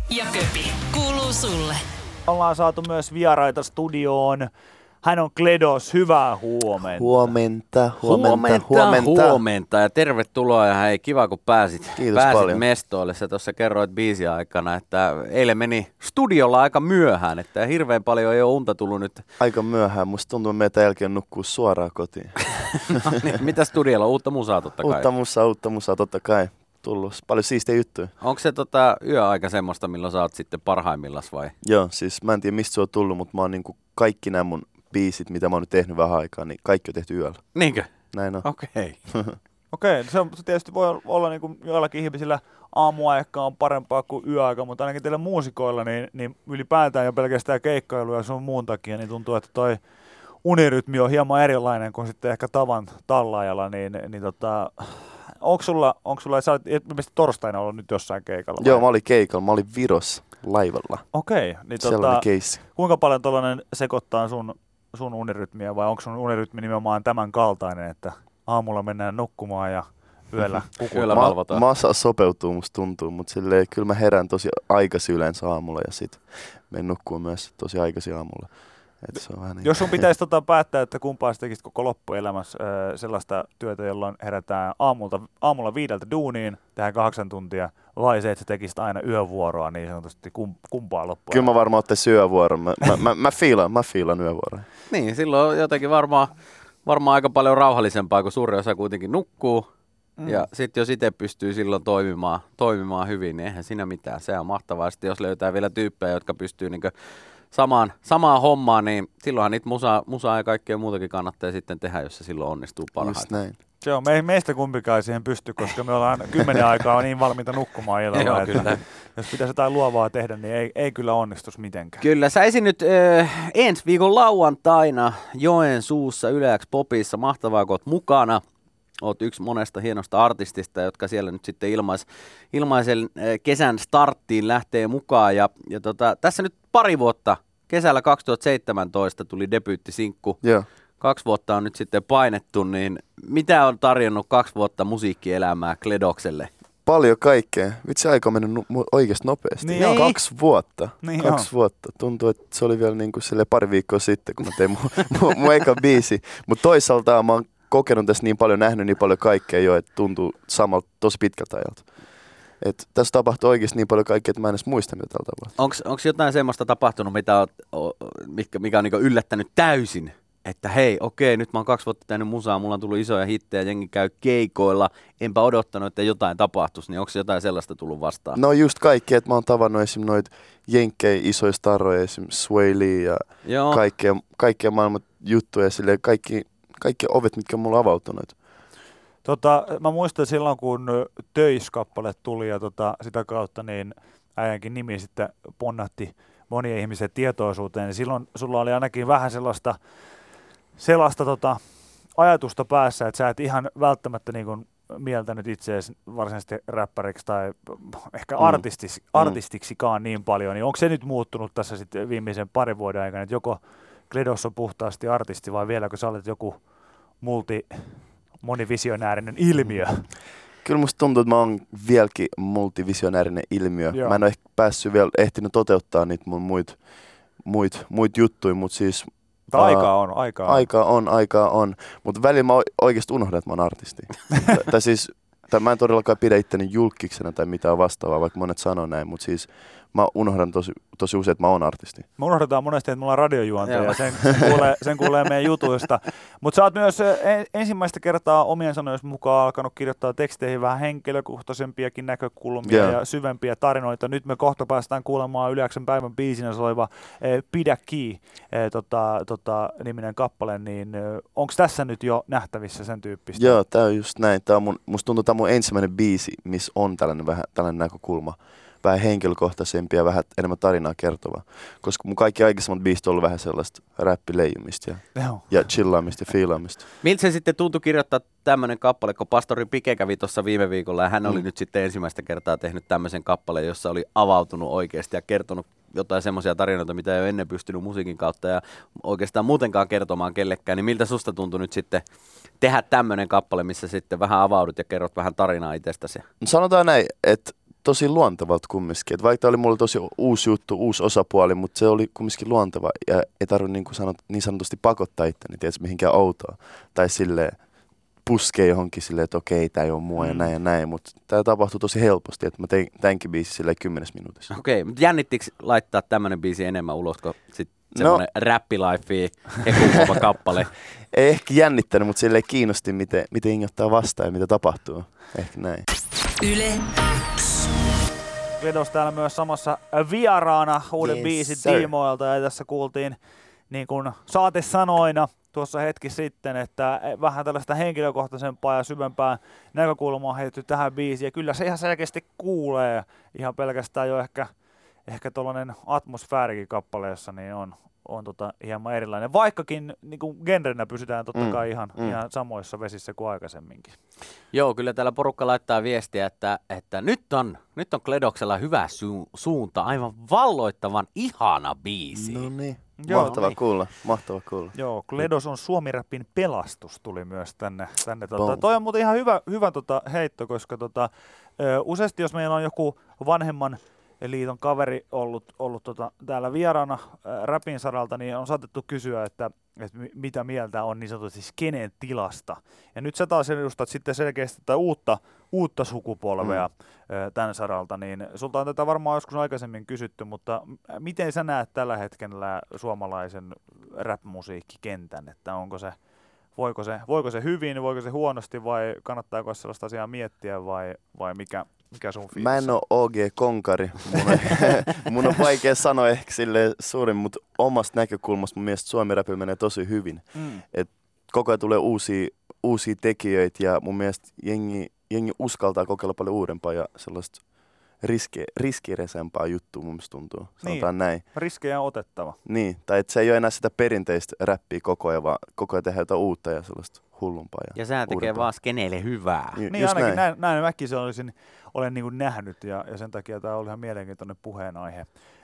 ja Köpi kuuluu sulle. Ollaan saatu myös vieraita studioon. Hän on Kledos, hyvää huomenta. Huomenta ja tervetuloa ja hei, kiva kun pääsit paljon. mestoille. Sä tuossa kerroit biisin aikana, että eilen meni studiolla aika myöhään, että hirveän paljon ei ole unta tullut nyt. Aika myöhään, musta tuntuu, että meitä jälkeen nukkuu suoraan kotiin. No niin, mitä studiolla? Uutta musaa totta kai. Uutta musaa totta kai. Tullut paljon siistejä juttuja. Onko se yöaika semmoista, milloin sä oot sitten parhaimmillas vai? Joo, siis mä en tiedä mistä se on tullut, mutta mä oon niinku kaikki nämä mun biisit, mitä mä oon nyt tehnyt vähän aikaa, niin kaikki on tehty yöllä. Niinkö? Näin on. Okei. Okei, se tietysti voi olla niin kuin joillakin ihmisillä aamuaika on parempaa kuin yöaika, mutta ainakin teillä muusikoilla, niin ylipäätään jo pelkästään keikkailu ja sun muun takia, niin tuntuu, että toi unirytmi on hieman erilainen kuin sitten ehkä tavan tallaajalla, onko sulla, sä olet ilmeisesti torstaina ollut nyt jossain keikalla? Vai? Joo, mä olin keikalla, mä olin Virossa laivalla. Okei, niin sellainen keissi. Kuinka paljon tollainen sekoittaa sun unirytmiä vai onko sun unirytmi nimenomaan tämän kaltainen, että aamulla mennään nukkumaan ja yöllä kukutaan? Mä osaan sopeutua, musta tuntuu, mutta silleen, kyllä mä herään tosi aikaisin yleensä aamulla ja sit menen nukkumaan myös tosi aikaisin aamulla. Se on vähän niin. Jos sun pitäisi päättää, että kumpaa sä tekisit koko loppuelämässä sellaista työtä, jolloin herätään aamulla 5 duuniin, tehdään 8 tuntia, vai se, että sä tekisit aina yövuoroa niin sanotusti kumpaa loppuelämää? Kyllä mä varmaan ottaisin yövuoron. Mä fiilan yövuoroa. Niin, silloin on jotenkin varmaan aika paljon rauhallisempaa, kun suuri osa kuitenkin nukkuu. Ja sitten jos itse pystyy silloin toimimaan hyvin, niin eihän siinä mitään. Se on mahtavaa. Sitten jos löytää vielä tyyppejä, jotka pystyy niinkö samaan hommaan, niin silloinhan niitä musaa ja kaikkea muutakin kannattaa sitten tehdä, jos se silloin onnistuu parhaiten. Just näin. Se on, meistä kumpikaan ei siihen pysty, koska me ollaan 10 aikaa niin valmiita nukkumaan illalla, että jos pitäisi jotain luovaa tehdä, niin ei kyllä onnistus mitenkään. Kyllä, sä nyt ensi viikon lauantaina Joensuussa Yle X Popissa. Mahtavaa, kun oot mukana. Oot yksi monesta hienosta artistista, jotka siellä nyt sitten ilmaisen kesän starttiin lähtee mukaan. Ja tässä nyt pari vuotta, kesällä 2017 tuli debyyttisinkku. Joo. 2 vuotta on nyt sitten painettu, niin mitä on tarjonnut 2 vuotta musiikkielämää Kledokselle? Paljon kaikkea. Vitsi, aika on mennyt oikeasti nopeasti. Niin 2 vuotta. Niin 2 vuotta. Tuntuu, että se oli vielä niin kuin pari viikkoa sitten, kun mä tein mun eka biisi. Mutta toisaalta mä oon kokenut tässä niin paljon, nähnyt niin paljon kaikkea jo, että tuntuu samalta tosi pitkältä ajalta. Et tässä tapahtuu oikeasti niin paljon kaikkea, että mä en edes muista, mitä tällä tavalla. Onko jotain semmoista tapahtunut, mikä on niinku yllättänyt täysin? Että hei, okei, nyt mä oon 2 vuotta tehnyt musaa, mulla on tullut isoja hittejä, jengi käy keikoilla, enpä odottanut, että jotain tapahtuisi, niin onko jotain sellaista tullut vastaan? No just kaikki, että mä oon tavannut esim. Noita jenkkejä, isoja starroja, esim. Sway Lee ja kaikkea maailman juttuja, silleen kaikki ovet, mitkä on mulla avautunut. Mä muistan silloin, kun Töis-kappale tuli ja sitä kautta niin äijänkin nimi sitten ponnahti monien ihmisen tietoisuuteen, niin silloin sulla oli ainakin vähän sellaista ajatusta päässä, että sä et ihan välttämättä niin kuin mieltänyt itseäsi varsinaisesti räppäriksi tai ehkä artistiksikaan niin paljon, niin onko se nyt muuttunut tässä sitten viimeisen 2 vuoden aikana, että joko Kledos on puhtaasti artisti vai vieläkö sä olet joku monivisionäärinen ilmiö? Kyllä musta tuntuu, että mä oon vieläkin multivisionäärinen ilmiö. Joo. Mä en ole ehkä päässyt vielä ehtinyt toteuttaa niitä mun muit juttuja, mutta siis Aikaa on. Mutta välillä mä oikeasti unohdan, että mä oon artisti. Tai mä en todellakaan pidä itteni julkiksena tai mitään vastaavaa, vaikka monet sanoo näin, mutta siis mä unohdan tosi usein, että mä oon artisti. Me unohdetaan monesti, että me ollaan radiojuontaja ja sen kuulee meidän jutuista. Mutta sä oot myös ensimmäistä kertaa omien sanojen mukaan alkanut kirjoittaa teksteihin vähän henkilökohtaisempiakin näkökulmia ja syvempiä tarinoita. Nyt me kohta päästään kuulemaan Yle X:n päivän biisinä oleva Pidä Kii niminen kappale, niin onko tässä nyt jo nähtävissä sen tyyppistä? Joo, tää on just näin. Musta tuntuu, että tämä on mun ensimmäinen biisi, missä on tällainen näkökulma. Vähän henkilökohtaisempi ja vähän enemmän tarinaa kertova. Koska mun kaikki aikaisemmat biisit on ollut vähän sellaista räppileijumista ja chillaamista ja fiilaamista. Miltä se sitten tuntui kirjoittaa tämmöinen kappale, kun pastori Pike kävi tuossa viime viikolla ja hän oli nyt sitten ensimmäistä kertaa tehnyt tämmöisen kappaleen, jossa oli avautunut oikeasti ja kertonut jotain semmoisia tarinoita, mitä ei ole ennen pystynyt musiikin kautta ja oikeastaan muutenkaan kertomaan kellekään. Niin miltä susta tuntui nyt sitten tehdä tämmöinen kappale, missä sitten vähän avaudut ja kerrot vähän tarinaa itsestäsi? Sanotaan näin, että tosi luontevalta kumminkin. Et vaikka oli mulle tosi uusi juttu, uusi osapuoli, mutta se oli kumminkin luonteva ja ei tarvitse niin sanotusti pakottaa itteni, tiedätkö, mihinkään outoa. Tai silleen puskee johonkin silleen, että okei, tää ei ole mua ja näin, mutta tää tapahtui tosi helposti, että mä tein tämänkin biisin silleen 10 minuutissa. Okei, mutta jännittikö laittaa tämmönen biisi enemmän ulos, kun sit semmonen räppilaifi, hekumoova kappale? Ei ehkä jännittänyt, mutta silleen kiinnosti, miten Ingi ottaa vastaan ja mitä tapahtuu. Ehkä näin. Yle X. Kledos täällä myös samassa vieraana uuden biisin tiimoilta ja tässä kuultiin niin kuin saatesanoina tuossa hetki sitten, että vähän tällaista henkilökohtaisempaa ja syvempää näkökulmaa on heitetty tähän biisiin ja kyllä se ihan selkeästi kuulee ihan pelkästään jo ehkä tuollainen atmosfäärikin kappaleessa niin on hieman erilainen, vaikkakin niin kuin genrenä pysytään totta kai ihan samoissa vesissä kuin aikaisemminkin. Joo, kyllä täällä porukka laittaa viestiä, että nyt on Kledoksella hyvä suunta, aivan valloittavan ihana biisi. No niin, Joo, mahtava kuulla. Joo, Kledos on suomi-räppin pelastus tuli myös tänne. Toi on muuten ihan hyvä heitto, koska useasti jos meillä on joku vanhemman liiton kaveri ollut täällä vieraana räpin saralta, niin on saatettu kysyä, että mitä mieltä on niin sanotusti skenen tilasta. Ja nyt sä taas edustat sitten selkeästi uutta sukupolvea tämän saralta, niin sulta on tätä varmaan joskus aikaisemmin kysytty, mutta miten sä näet tällä hetkellä suomalaisen rap-musiikkikentän, että voiko se hyvin, voiko se huonosti vai kannattaako sellaista asiaa miettiä vai mikä sun fiilis? Mä en oo OG-konkari. Mun on vaikea sanoa ehkä silleen suurin, mutta omasta näkökulmasta mun mielestä suomi-räpi menee tosi hyvin. Et koko ajan tulee uusia tekijöitä ja mun mielestä jengi uskaltaa kokeilla paljon uudempaa ja sellaista riskiresempaa juttua mun mielestä tuntuu. Sanotaan näin. Riskejä on otettava. Niin, tai että se ei ole enää sitä perinteistä räppiä koko ajan, vaan koko ajan tehdään jotain uutta ja sellaista hullumpaa. Ja sehän tekee vaan skeneille hyvää. Niin ainakin näin mäkin olen niin kuin nähnyt ja sen takia tämä oli ihan mielenkiintoinen puheenaihe.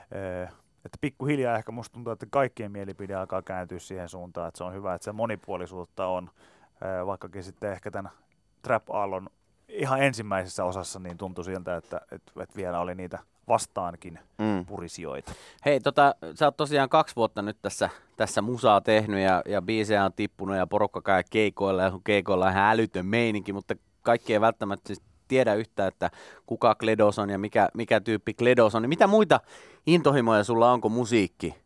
Että pikkuhiljaa ehkä musta tuntuu, että kaikkien mielipide alkaa kääntyä siihen suuntaan, että se on hyvä, että se monipuolisuutta on, vaikkakin sitten ehkä tämän Trap-aallon ihan ensimmäisessä osassa niin tuntui siltä, että vielä oli niitä vastaankin purisijoita. Hei, sä oot tosiaan 2 vuotta nyt tässä musaa tehnyt ja biisejä on tippunut ja porukka käy keikoilla ja sun keikoilla on ihan älytön meininki, mutta kaikki ei välttämättä siis tiedä yhtään, että kuka Kledos on ja mikä tyyppi Kledos on. Niin mitä muita intohimoja sulla on kuin musiikki?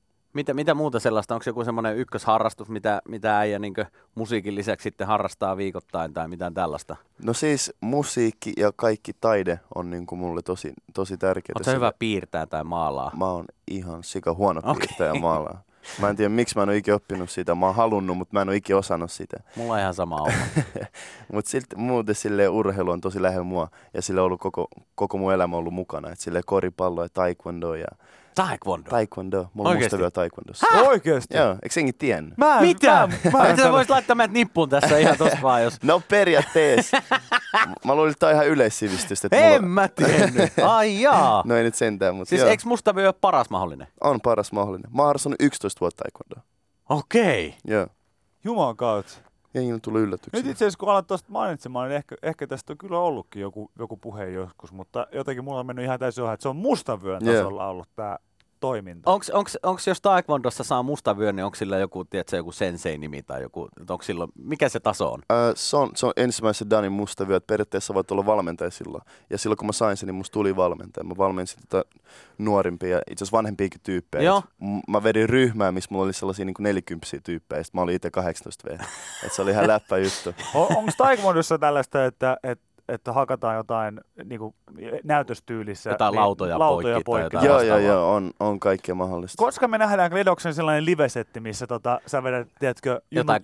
Mitä muuta sellaista? Onko joku semmoinen ykkösharrastus, mitä äijä niin musiikin lisäksi sitten harrastaa viikoittain tai mitään tällaista? No siis musiikki ja kaikki taide on niin kuin mulle tosi tärkeää. Oletko hyvä piirtää tai maalaa? Mä oon ihan sika huono piirtää ja maalaa. Mä en tiedä, miksi mä en ole ikinä oppinut sitä. Mä oon halunnut, mutta mä en ole ikinä osannut sitä. Mulla on ihan sama oma. Mutta muuten silleen urheilu on tosi lähellä mua. Ja sillä on ollut koko mun elämä ollut mukana. Et silleen koripallo ja taekwondo ja... Taekwondo. Mulla on musta vielä taekwondossa. Oikeesti? Joo, eikö senkin tiennyt? Mitä? Miten sä voisit laittaa meidät nippuun tässä ihan tossa vaan, jos... No periaatteessa. Mä luulin, että tää on ihan yleissivistystä. Mä tiennyt. Ai jaa. No ei nyt sentään, mutta siis eikö musta vyö paras mahdollinen? On paras mahdollinen. Mä oon harrastanut 11 vuotta taekwondoa. Okei. Joo. Jumalan kautta. Jengi on tullut yllätyksiä. Nyt itse asiassa kun alat tuosta mainitsemaan, niin ehkä tästä on kyllä ollutkin joku puhe joskus, mutta jotenkin mulla on mennyt ihan täysin ohi, että se on mustavyön tasolla ollut tää toiminta. Onko jos taekwondossa saa mustavyön, niin onko sillä joku sensei-nimi tai joku, onko sillä, mikä se taso on? Se on ensimmäisen Danin mustavyö, että periaatteessa voit olla valmentaja silloin. Ja silloin kun mä sain sen, niin musta tuli valmentaja. Mä valmensin nuorimpia ja itse asiassa vanhempiakin tyyppejä. Mä vedin ryhmää, missä mulla oli sellaisia niin kuin 40 tyyppejä, ja mä olin itse 18 V. Et se oli ihan läppä juttu. Onko taekwondossa tällaista, että hakataan jotain niin kuin näytöstyylissä. Jotain lautoja poikki. Joo, on kaikkea mahdollista. Koska me nähdään Kledoksen sellainen livesetti, missä sä vedät, tiedätkö,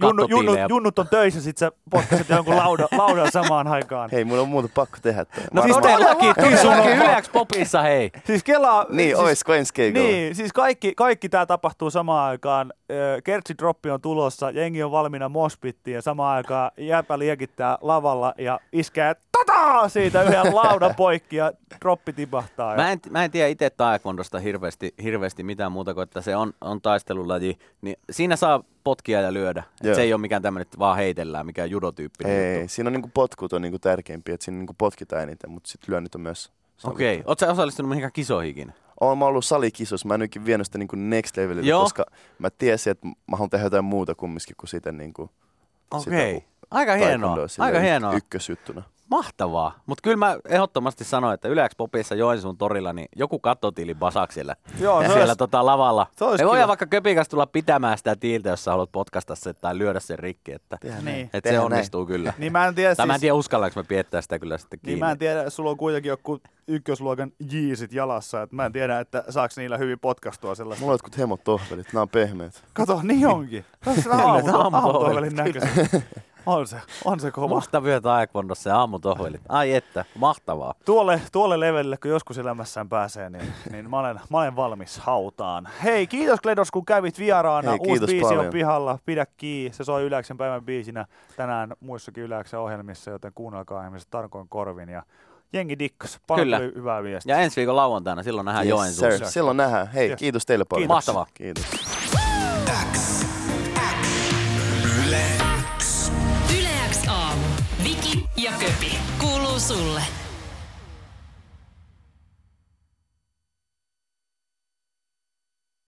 junnut on töissä, sit sä potkaset jonkun laudan samaan aikaan. Hei, mun on muuta pakko tehdä toi. No siis todellakin Yle X Popissa, hei. Siis kelaa... Niin, oisko ensi keikolla? Niin, siis kaikki tää tapahtuu samaan aikaan. Kertsi-droppi on tulossa, jengi on valmiina moshpittiin ja samaan aikaan jääpä liekittää lavalla ja iskee siitä yhden laudan poikki ja droppi tipahtaa. Mä en tiedä itse taekwondosta hirveästi mitään muuta kuin, että se on taistelulaji, niin siinä saa potkia ja lyödä. Se ei ole mikään tämmöinen, että vaan heitellään, mikään judotyyppinen. Ei, siinä on niinku potkut on niinku tärkeimpiä, että siinä niinku potkitaan eniten, mutta sitten lyönnit on myös Okei. Ootko sä osallistunut mihinkään kisoihin? Olen mä ollut salikisossa, mä en nytkin vienyt sitä niinku next levelille, koska mä tiesin, että mä haluan tehdä jotain muuta kumminkin kuin sitä niinku... Okei. Aika hienoa. Aika hienoa. Ykkösjuttuna. Mahtavaa. Mutta kyllä mä ehdottomasti sanoin, että Yle X Popissa Joensuun torilla, niin joku kattotili basaksi siellä, siellä lavalla. Me voidaan vaikka Köpikas tulla pitämään sitä tiiltä, jos sä haluat podcasta se tai lyödä sen rikki. Että se onnistuu kyllä. Niin mä en tiedä, mä en tiedä uskallanko mä piettää sitä kyllä sitten kiinni. Niin mä en tiedä, sulla on kuitenkin joku ykkösluokan jeesit jalassa. Että mä en tiedä, että saaks niillä hyvin podcastua sellaista. Mulla on jotkut hemotohvelit, nää on pehmeät. Kato, niin onkin. Tässä on aamutohvelin näköisiä. On se kova. Mustavyö taekwondossa ja aamutohvelit. Ai että, mahtavaa. Tuolle levelille, kun joskus elämässään pääsee, niin mä olen valmis hautaan. Hei, kiitos Kledos, kun kävit vieraana. Hei, uusi biisi paljon. on pihalla. Pidä kiinni. Se soi Yle X:n päivän biisinä tänään muissakin Yle X:n ohjelmissa, joten kuunnelkaa ihmiset tarkoin korvin. Ja jengi dikkas. Paljon tuli hyvää viestiä. Ja ensi viikon lauantaina, silloin nähdään Joensuussa. Silloin nähdään. Hei, kiitos teille paljon. Mahtavaa. Kiitos. Yle X aamu. Viki ja Köpi. Kuuluu sulle.